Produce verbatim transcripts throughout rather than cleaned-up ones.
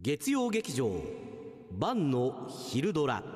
月曜劇場晩の昼ドラ。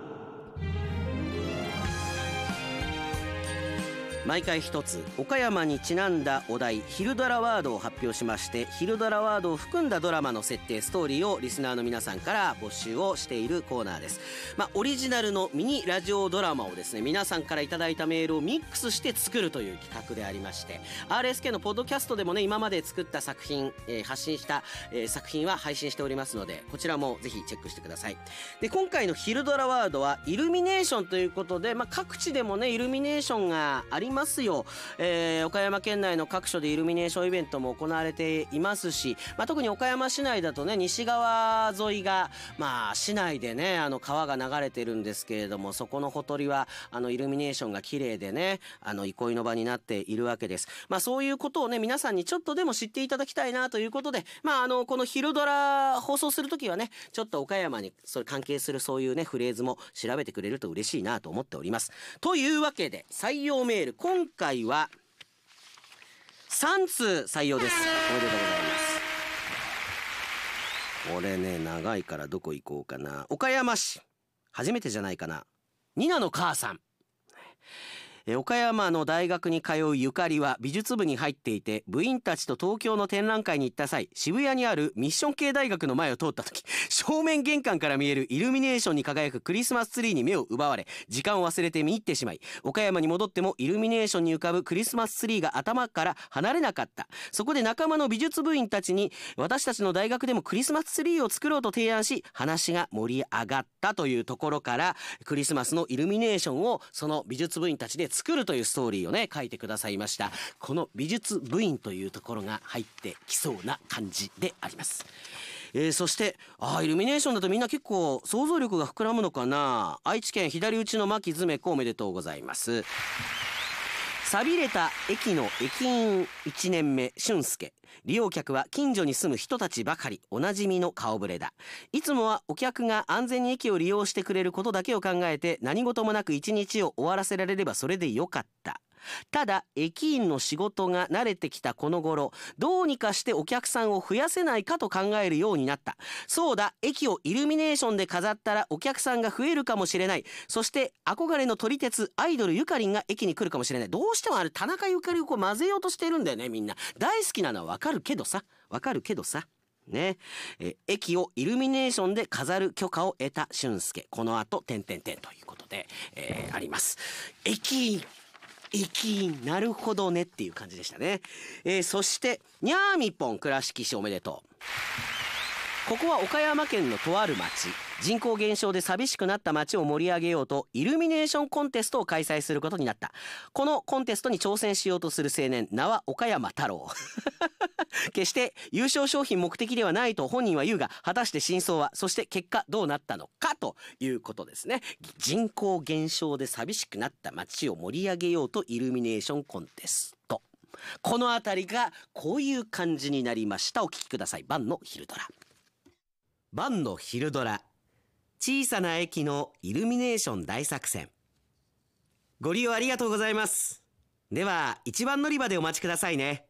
毎回一つ岡山にちなんだお題昼ドラワードを発表しまして、昼ドラワードを含んだドラマの設定ストーリーをリスナーの皆さんから募集をしているコーナーです。まあ、オリジナルのミニラジオドラマをですね、皆さんからいただいたメールをミックスして作るという企画でありまして、 アールエスケー のポッドキャストでもね、今まで作った作品、えー、発信した、えー、作品は配信しておりますので、こちらもぜひチェックしてください。で、今回の昼ドラワードはイルミネーションということで、まあ、各地でもねイルミネーションがありますよ。えー、岡山県内の各所でイルミネーションイベントも行われていますし、まあ、特に岡山市内だとね、西側沿いが、まあ、市内でねあの川が流れてるんですけれども、そこのほとりはあのイルミネーションが綺麗でね、あの憩いの場になっているわけです。まあ、そういうことをね皆さんにちょっとでも知っていただきたいなということで、まあ、あのこの昼ドラ放送するときはね、ちょっと岡山にそれ関係するそういうねフレーズも調べてくれると嬉しいなと思っております。というわけで採用メール、今回はさんつう採用です。おめでとうございます。これね長いからどこ行こうかな。岡山市初めてじゃないかな、ニナの母さん。え岡山の大学に通うゆかりは美術部に入っていて、部員たちと東京の展覧会に行った際、渋谷にあるミッション系大学の前を通った時、正面玄関から見えるイルミネーションに輝くクリスマスツリーに目を奪われ、時間を忘れて見入ってしまい、岡山に戻ってもイルミネーションに浮かぶクリスマスツリーが頭から離れなかった。そこで仲間の美術部員たちに、私たちの大学でもクリスマスツリーを作ろうと提案し、話が盛り上がったというところから、クリスマスのイルミネーションをその美術部員たちで作るというストーリーをね書いてくださいました。この美術部員というところが入ってきそうな感じであります。えー、そしてあイルミネーションだとみんな結構想像力が膨らむのかな。愛知県左打ちの牧詰子、おめでとうございます。錆びれた駅の駅員いちねんめ俊介。利用客は近所に住む人たちばかり。おなじみの顔ぶれだ。いつもはお客が安全に駅を利用してくれることだけを考えて、何事もなく一日を終わらせられればそれでよかった。ただ駅員の仕事が慣れてきたこの頃、どうにかしてお客さんを増やせないかと考えるようになった。そうだ、駅をイルミネーションで飾ったらお客さんが増えるかもしれない。そして憧れの撮り鉄アイドルゆかりんが駅に来るかもしれない。どうしてもあれ田中ゆかりをこう混ぜようとしてるんだよね。みんな大好きなのはわかるけどさわかるけどさね、え駅をイルミネーションで飾る許可を得た俊介。この後点々点ということで、えー、あります。駅駅員なるほどねっていう感じでしたね。えー、そしてにゃーみぽん倉敷市、おめでとう。ここは岡山県のとある町。人口減少で寂しくなった町を盛り上げようとイルミネーションコンテストを開催することになった。このコンテストに挑戦しようとする青年、名は岡山太郎。決して優勝商品目的ではないと本人は言うが、果たして真相は、そして結果どうなったのかということですね。人口減少で寂しくなった町を盛り上げようとイルミネーションコンテスト。このあたりがこういう感じになりました。お聞きください。晩の昼ドラ。晩の昼ドラ、小さな駅のイルミネーション大作戦。ご利用ありがとうございます。では一番乗り場でお待ちくださいね。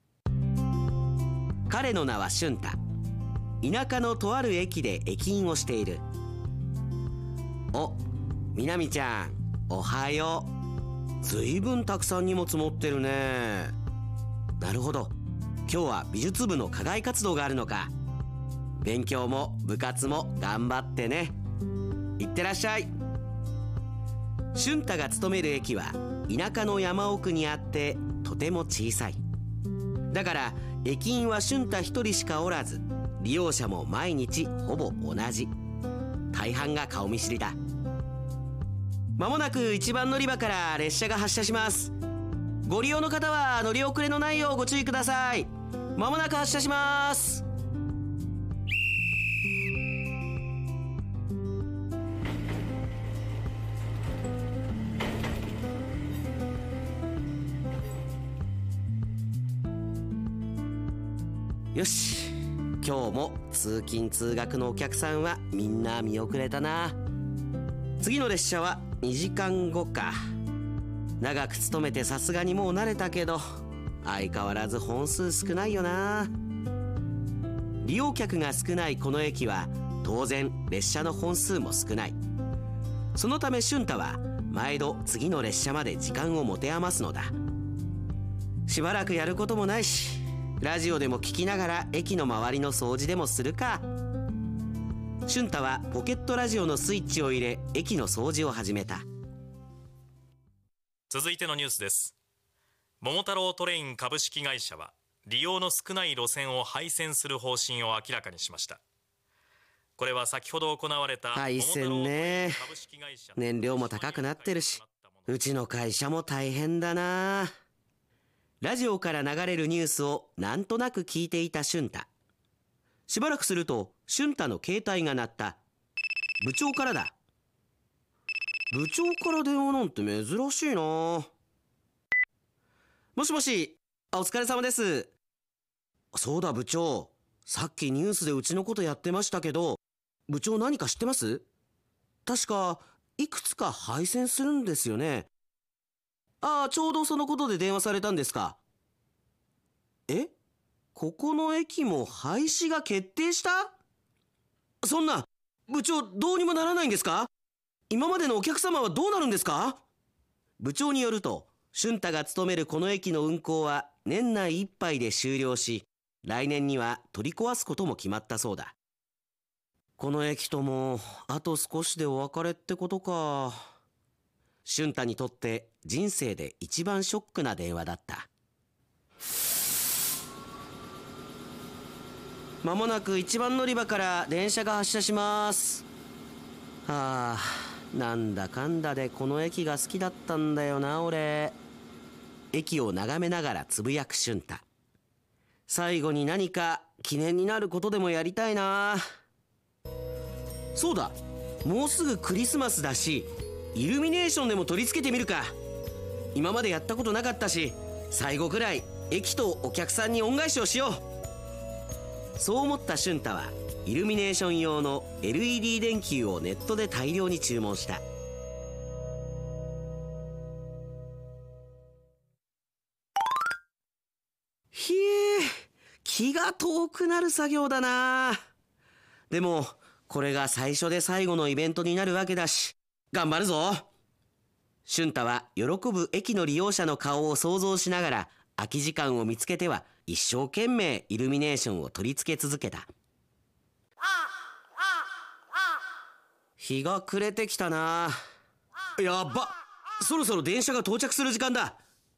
彼の名は俊太。田舎のとある駅で駅員をしている。お、みなみちゃん、おはよう。ずいぶんたくさん荷物持ってるね。なるほど、今日は美術部の課外活動があるのか。勉強も部活も頑張ってね。いってらっしゃい。俊太が勤める駅は田舎の山奥にあってとても小さい。だから駅員は俊太一人しかおらず、利用者も毎日ほぼ同じ。大半が顔見知りだ。まもなく一番乗り場から列車が発車します。ご利用の方は乗り遅れのないようご注意ください。まもなく発車します。よし、今日も通勤通学のお客さんはみんな見遅れたな。次の列車はにじかんごか。長く勤めてさすがにもう慣れたけど、相変わらず本数少ないよな。 利用客が少ないこの駅は当然列車の本数も少ない。そのため俊太は毎度次の列車まで時間を持て余すのだ。しばらくやることもないし、ラジオでも聞きながら駅の周りの掃除でもするか。俊太はポケットラジオのスイッチを入れ駅の掃除を始めた。 続いてのニュースです。桃太郎トレイン株式会社は利用の少ない路線を廃線する方針を明らかにしました。これは先ほど行われた廃線ね。燃料も高くなってるし、うちの会社も大変だな。ラジオから流れるニュースをなんとなく聞いていた俊太。しばらくすると俊太の携帯が鳴った。部長からだ。部長から電話なんて珍しいな。もしもし、あ、お疲れ様です。そうだ部長、さっきニュースでうちのことやってましたけど、部長何か知ってます？確かいくつか廃線するんですよね。ああ、ちょうどそのことで電話されたんですか。え？ここの駅も廃止が決定した？そんな、部長どうにもならないんですか？今までのお客様はどうなるんですか？部長によると、俊太が勤めるこの駅の運行は年内いっぱいで終了し、来年には取り壊すことも決まったそうだ。この駅ともあと少しでお別れってことか。俊太にとって人生で一番ショックな電話だった。まもなく一番乗り場から電車が発車します。はあ、なんだかんだでこの駅が好きだったんだよな俺。駅を眺めながらつぶやく俊太。最後に何か記念になることでもやりたいな。そうだ、もうすぐクリスマスだし、イルミネーションでも取り付けてみるか。今までやったことなかったし、最後くらい駅とお客さんに恩返しをしよう。そう思った俊太はイルミネーション用の エルイーディー 電球をネットで大量に注文した。ひえ、気が遠くなる作業だな。でもこれが最初で最後のイベントになるわけだし、頑張るぞ。俊太は喜ぶ駅の利用者の顔を想像しながら、空き時間を見つけては一生懸命イルミネーションを取り付け続けた。日が暮れてきたな。やっば、そろそろ電車が到着する時間だ。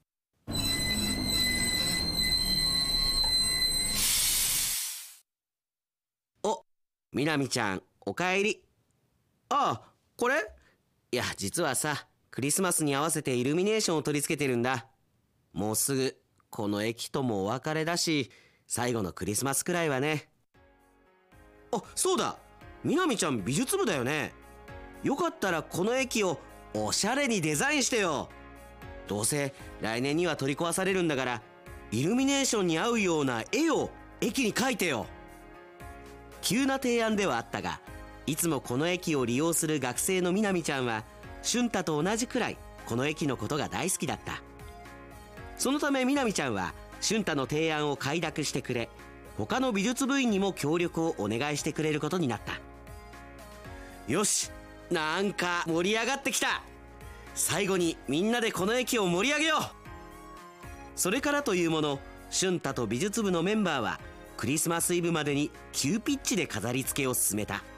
お、みなみちゃん、おかえり。ああ、これ？いや、実はさ、クリスマスに合わせてイルミネーションを取り付けてるんだ。もうすぐこの駅ともお別れだし、最後のクリスマスくらいはね。あ、そうだ、みなみちゃん美術部だよね。よかったらこの駅をおしゃれにデザインしてよ。どうせ来年には取り壊されるんだから、イルミネーションに合うような絵を駅に描いてよ。急な提案ではあったが、いつもこの駅を利用する学生のみなみちゃんは俊太と同じくらいこの駅のことが大好きだった。そのためみなみちゃんは俊太の提案を快諾してくれ、他の美術部員にも協力をお願いしてくれることになった。よし、なんか盛り上がってきた。最後にみんなでこの駅を盛り上げよう。それからというもの、俊太と美術部のメンバーはクリスマスイブまでに急ピッチで飾り付けを進めた。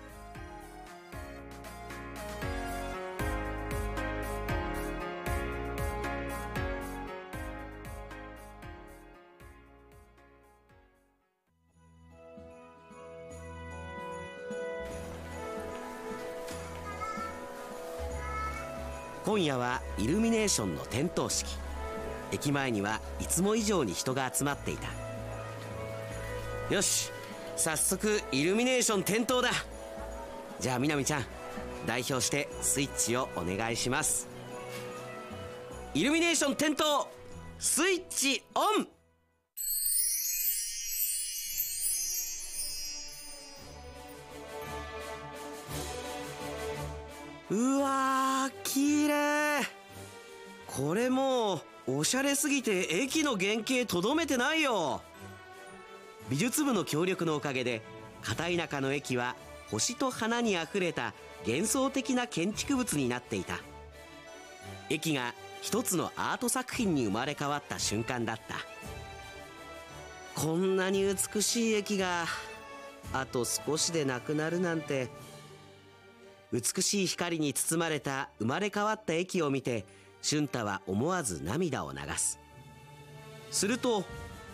今夜はイルミネーションの点灯式。駅前にはいつも以上に人が集まっていた。よし、早速イルミネーション点灯だ。じゃあみなみちゃん、代表してスイッチをお願いします。イルミネーション点灯、スイッチオン。うわー、きれい。これもうおしゃれすぎて駅の原型とどめてないよ。 美術部の協力のおかげで片田舎の駅は星と花にあふれた幻想的な建築物になっていた。駅が一つのアート作品に生まれ変わった瞬間だった。こんなに美しい駅があと少しでなくなるなんて。美しい光に包まれた生まれ変わった駅を見て俊太は思わず涙を流す。すると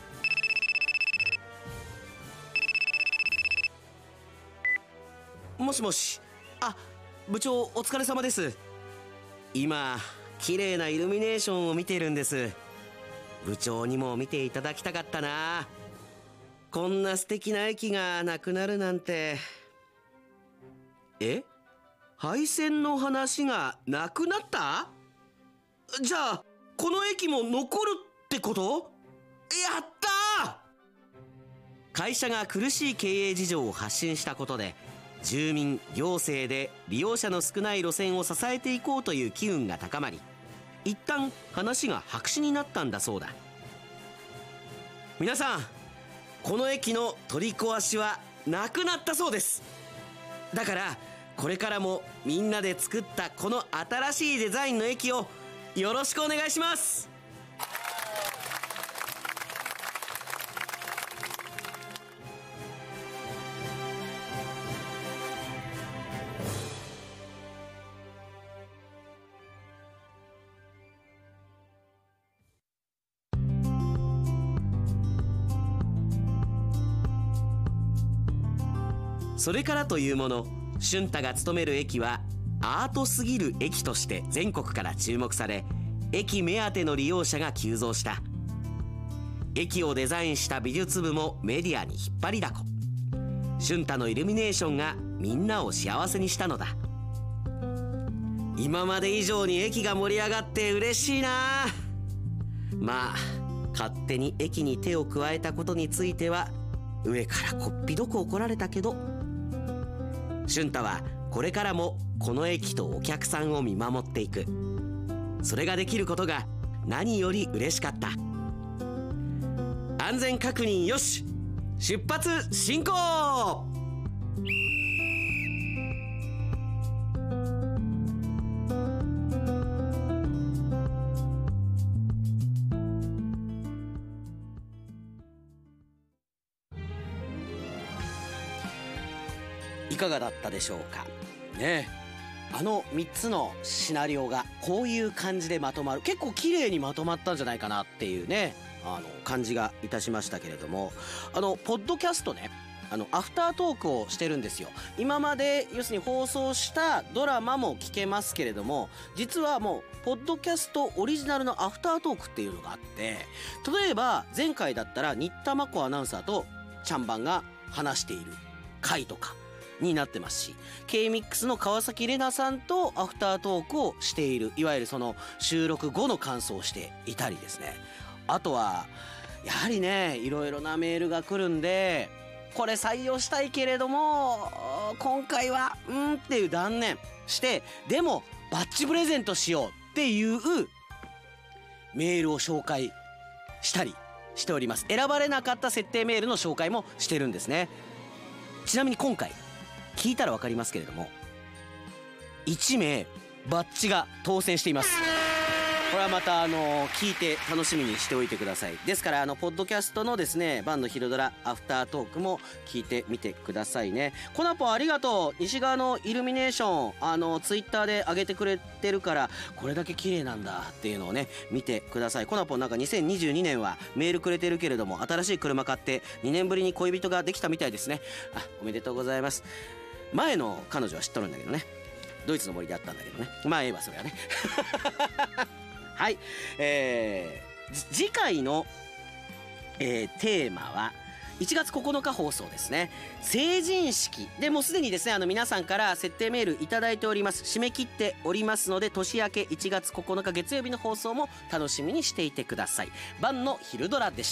もしもし。あ、部長お疲れ様です。今綺麗なイルミネーションを見てるんです。部長にも見ていただきたかったな。こんな素敵な駅がなくなるなんて。え、廃線の話がなくなった？じゃあこの駅も残るってこと？やったー！会社が苦しい経営事情を発信したことで、住民行政で利用者の少ない路線を支えていこうという機運が高まり、一旦話が白紙になったんだそうだ。皆さん、この駅の取り壊しはなくなったそうです。だからこれからもみんなで作ったこの新しいデザインの駅をよろしくお願いします。それからというもの、俊太が勤める駅はアートすぎる駅として全国から注目され、駅目当ての利用者が急増した。駅をデザインした美術部もメディアに引っ張りだこ。俊太のイルミネーションがみんなを幸せにしたのだ。今まで以上に駅が盛り上がって嬉しいな。まあ勝手に駅に手を加えたことについては上からこっぴどく怒られたけど、俊太はこれからもこの駅とお客さんを見守っていく。それができることが何より嬉しかった。安全確認よし、出発進行。いかがだったでしょうかね。あのみっつのシナリオがこういう感じでまとまる、結構綺麗にまとまったんじゃないかなっていうね、あの感じがいたしましたけれども、あのポッドキャストね、あのアフタートークをしてるんですよ。今まで要するに放送したドラマも聞けますけれども、実はもうポッドキャストオリジナルのアフタートークっていうのがあって、例えば前回だったら新田真子アナウンサーとちゃんばんが話している回とかになってますし、 K-ミックス の川崎玲奈さんとアフタートークをしている、いわゆるその収録後の感想をしていたりですね。あとはやはりね、いろいろなメールが来るんで、これ採用したいけれども今回はうんっていう断念して、でもバッジプレゼントしようっていうメールを紹介したりしております。選ばれなかった設定メールの紹介もしてるんですね。ちなみに今回聞いたら分かりますけれども、いちめいバッジが当選しています。これはまたあの聞いて楽しみにしておいてください。ですからあのポッドキャストのですね、バンの昼ドラアフタートークも聞いてみてくださいね。コナポありがとう。西側のイルミネーションあのツイッターで上げてくれてるから、これだけ綺麗なんだっていうのをね見てください。コナポなんかにせんにじゅうにねんはメールくれてるけれども、新しい車買ってにねんぶりに恋人ができたみたいですね。あ、おめでとうございます。前の彼女は知っとるんだけどね、ドイツの森であったんだけどね、まあええわそれはねはい、えー、次回の、えー、テーマはいちがつここのか放送ですね。成人式でもうすでにですね、あの皆さんから設定メールいただいております。締め切っておりますので、年明けいちがつここのか月曜日の放送も楽しみにしていてください。晩の昼ドラでした。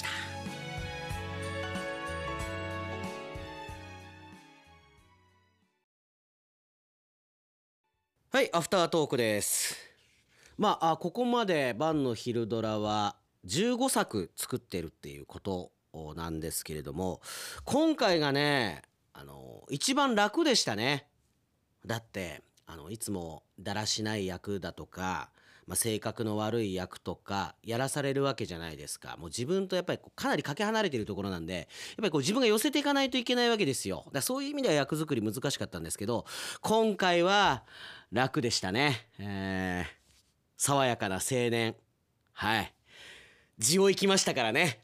はい、アフタートークです。まあ、あここまで晩の昼ドラはじゅうごさく作ってるっていうことなんですけれども、今回がねあの一番楽でしたね。だってあのいつもだらしない役だとか、まあ、性格の悪い役とかやらされるわけじゃないですか。もう自分とやっぱりこうかなりかけ離れているところなんで、やっぱりこう自分が寄せていかないといけないわけですよ。だからそういう意味では役作り難しかったんですけど、今回は楽でしたね。えー、爽やかな青年、はい地を行きましたからね。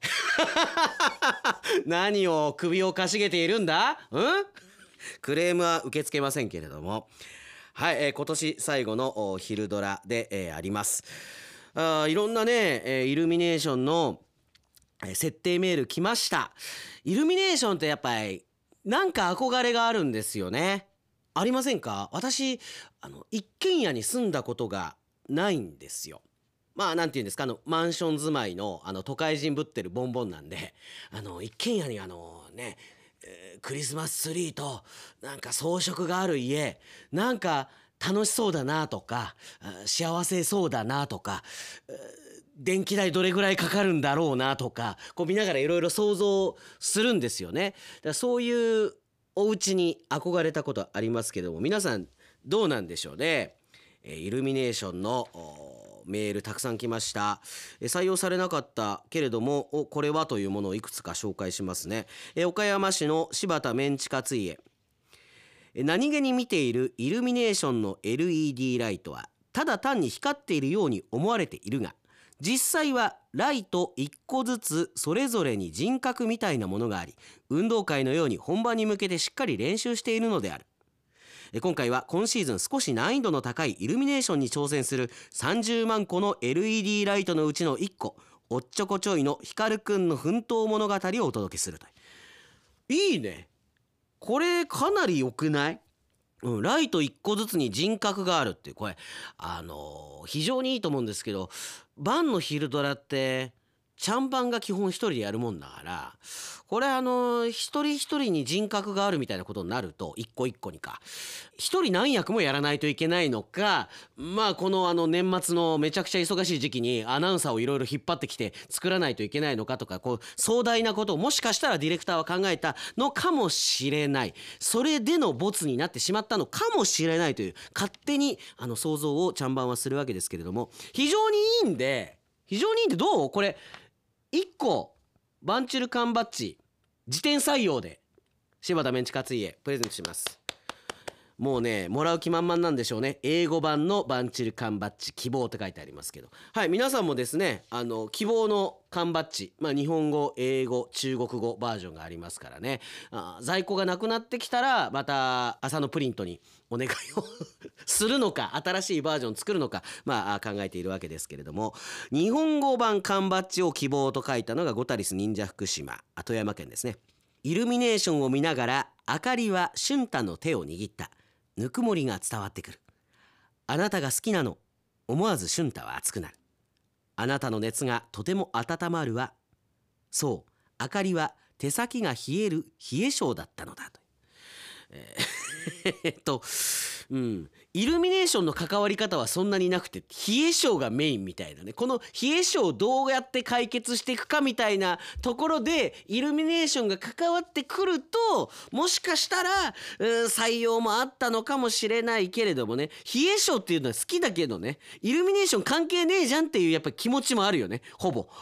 何を首をかしげているんだ、うんクレームは受け付けませんけれども、はい、えー、今年最後の昼ドラで、えー、あります。あいろんなね、えー、イルミネーションの、えー、設定メール来ました。イルミネーションってやっぱりなんか憧れがあるんですよね。ありませんか？私あの一軒家に住んだことがないんですよ。まあなんていうんですか、あのマンション住まいのあの都会人ぶってるボンボンなんで、あの一軒家にあのね、えークリスマスツリーとなんか装飾がある家、なんか楽しそうだなとか、あ幸せそうだなとか、えー電気代どれぐらいかかるんだろうなとか、こう見ながらいろいろ想像するんですよね。だからそういうお家に憧れたことありますけども、皆さんどうなんでしょうね。えーイルミネーションのおメールたくさん来ました。えー採用されなかったけれどもおこれはというものをいくつか紹介しますね。えー岡山市の柴田メンチカツ家、えー何気に見ているイルミネーションの エルイーディー ライトはただ単に光っているように思われているが、実際はライトいっこずつそれぞれに人格みたいなものがあり、運動会のように本番に向けてしっかり練習しているのである。え今回は今シーズン少し難易度の高いイルミネーションに挑戦するさんじゅうまんこの エルイーディー ライトのうちのいっこ、おっちょこちょいの光くんの奮闘物語をお届けするという。いいね、これかなり良くない？うん、ライトいっこずつに人格があるっていう、これあのー非常にいいと思うんですけど、晩の昼ドラってチャンバンが基本一人でやるもんだから、これあのー一人一人に人格があるみたいなことになると、一個一個にか一人何役もやらないといけないのか、まあこのあの年末のめちゃくちゃ忙しい時期にアナウンサーをいろいろ引っ張ってきて作らないといけないのかとか、こう壮大なことをもしかしたらディレクターは考えたのかもしれない、それでのボツになってしまったのかもしれないという勝手にあの想像をチャンバンはするわけですけれども、非常にいいんで非常にいいんでどうこれいっこバンチュル缶バッジ辞典採用で柴田メンチカツ家プレゼントします。もうねもらう気満々なんでしょうね。英語版のバンチル缶バッジ希望って書いてありますけど、はい、皆さんもですねあの希望の缶バッジ、まあ、日本語英語中国語バージョンがありますからね、あ在庫がなくなってきたらまた朝のプリントにお願いをするのか新しいバージョン作るのか、まあ考えているわけですけれども、日本語版缶バッジを希望と書いたのがゴタリス忍者福島富山県ですね。イルミネーションを見ながら明かりは俊太の手を握った。ぬくもりが伝わってくる。あなたが好きなの。思わず俊太は熱くなる。あなたの熱がとても温まるわ。そう、明かりは手先が冷える冷え性だったのだと。えーえっと、うん、イルミネーションの関わり方はそんなになくて冷え性がメインみたいなね、この冷え性をどうやって解決していくかみたいなところでイルミネーションが関わってくると、もしかしたら、うん、採用もあったのかもしれないけれどもね、冷え性っていうのは好きだけどね、イルミネーション関係ねえじゃんっていうやっぱ気持ちもあるよね、ほぼ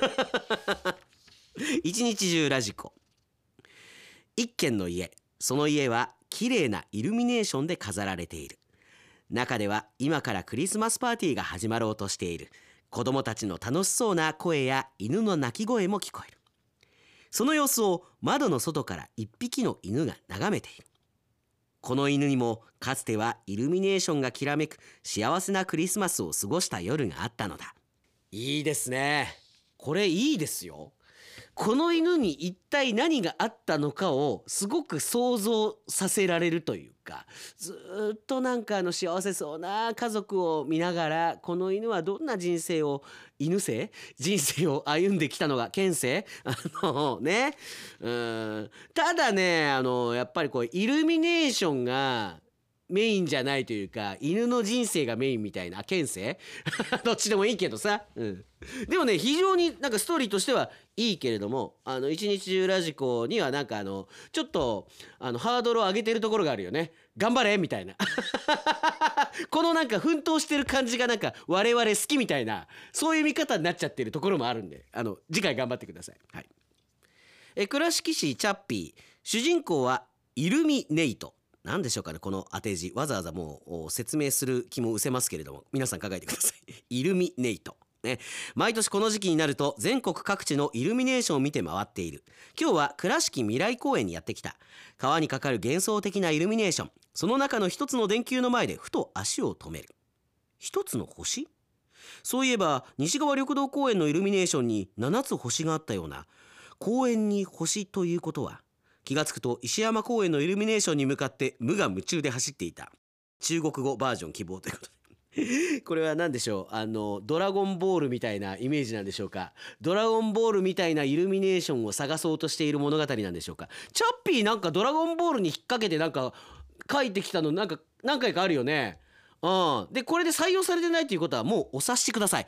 一日中ラジコ。一軒の家、その家は綺麗なイルミネーションで飾られている。中では今からクリスマスパーティーが始まろうとしている。子供たちの楽しそうな声や犬の鳴き声も聞こえる。その様子を窓の外から一匹の犬が眺めている。この犬にもかつてはイルミネーションがきらめく幸せなクリスマスを過ごした夜があったのだ。いいですね。これいいですよ。この犬に一体何があったのかをすごく想像させられるというか、ずっとなんかあの幸せそうな家族を見ながら、この犬はどんな人生を犬生人生を歩んできたのが県生あのね、うんただねあのやっぱりこうイルミネーションがメインじゃないというか、犬の人生がメインみたいな、県政どっちでもいいけどさ、うん、でもね非常になんかストーリーとしてはいいけれども、あの一日中ラジコにはなんかあのちょっとあのハードルを上げてるところがあるよね。頑張れみたいなこのなんか奮闘してる感じがなんか我々好きみたいな、そういう見方になっちゃってるところもあるんで、あの次回頑張ってください。はい、え倉敷市チャッピー、主人公はイルミネイト。何でしょうかねこの当て字、わざわざもう説明する気も失せますけれども、皆さん考えてくださいイルミネイトね、毎年この時期になると全国各地のイルミネーションを見て回っている。今日は倉敷未来公園にやってきた。川にかかる幻想的なイルミネーション、その中の一つの電球の前でふと足を止める。一つの星？そういえば西側緑道公園のイルミネーションにななつ星があったような。公園に星ということは、気がつくと石山公園のイルミネーションに向かって無我夢中で走っていた。中国語バージョン希望ということでこれは何でしょう、あのドラゴンボールみたいなイメージなんでしょうか。ドラゴンボールみたいなイルミネーションを探そうとしている物語なんでしょうか。チャッピーなんかドラゴンボールに引っ掛けてなんか書いてきたのなんか何回かあるよね。うん、でこれで採用されてないということはもうお察しください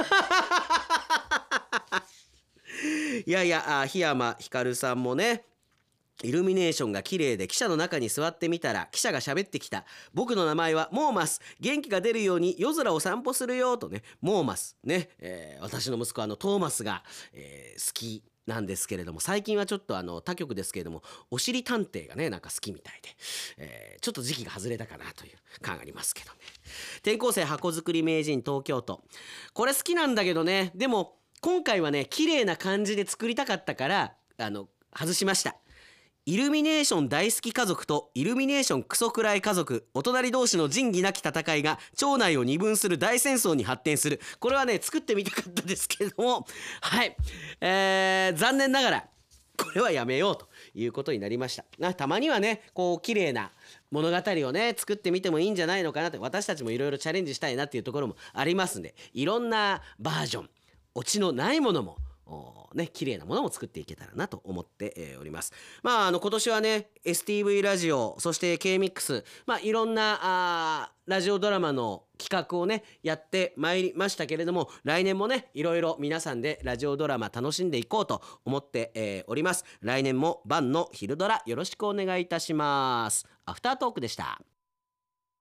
いやいや、檜山光さんもね、イルミネーションが綺麗で汽車の中に座ってみたら汽車が喋ってきた。僕の名前はモーマス、元気が出るように夜空を散歩するよとね。モーマスね、えー、私の息子あのトーマスが、えー、好きなんですけれども、最近はちょっとあの他局ですけれどもおしり探偵がねなんか好きみたいで、えー、ちょっと時期が外れたかなという感がありますけどね。転校生箱作り名人東京都、これ好きなんだけどね、でも今回はね綺麗な感じで作りたかったからあの外しました。イルミネーション大好き家族とイルミネーションクソくらい家族、お隣同士の仁義なき戦いが町内を二分する大戦争に発展する。これはね作ってみたかったですけれども、はい、えー、残念ながらこれはやめようということになりました。たまにはねこう綺麗な物語をね作ってみてもいいんじゃないのかなと、私たちもいろいろチャレンジしたいなっていうところもありますんで、いろんなバージョン、オチのないものもね、綺麗なものも作っていけたらなと思って、えー、おります。まああの今年はね エスティーブイ ラジオ、そして K-ミックス、まあいろんなあラジオドラマの企画をねやってまいりましたけれども、来年もねいろいろ皆さんでラジオドラマ楽しんでいこうと思って、えー、おります。来年も晩の昼ドラよろしくお願いいたします。アフタートークでした。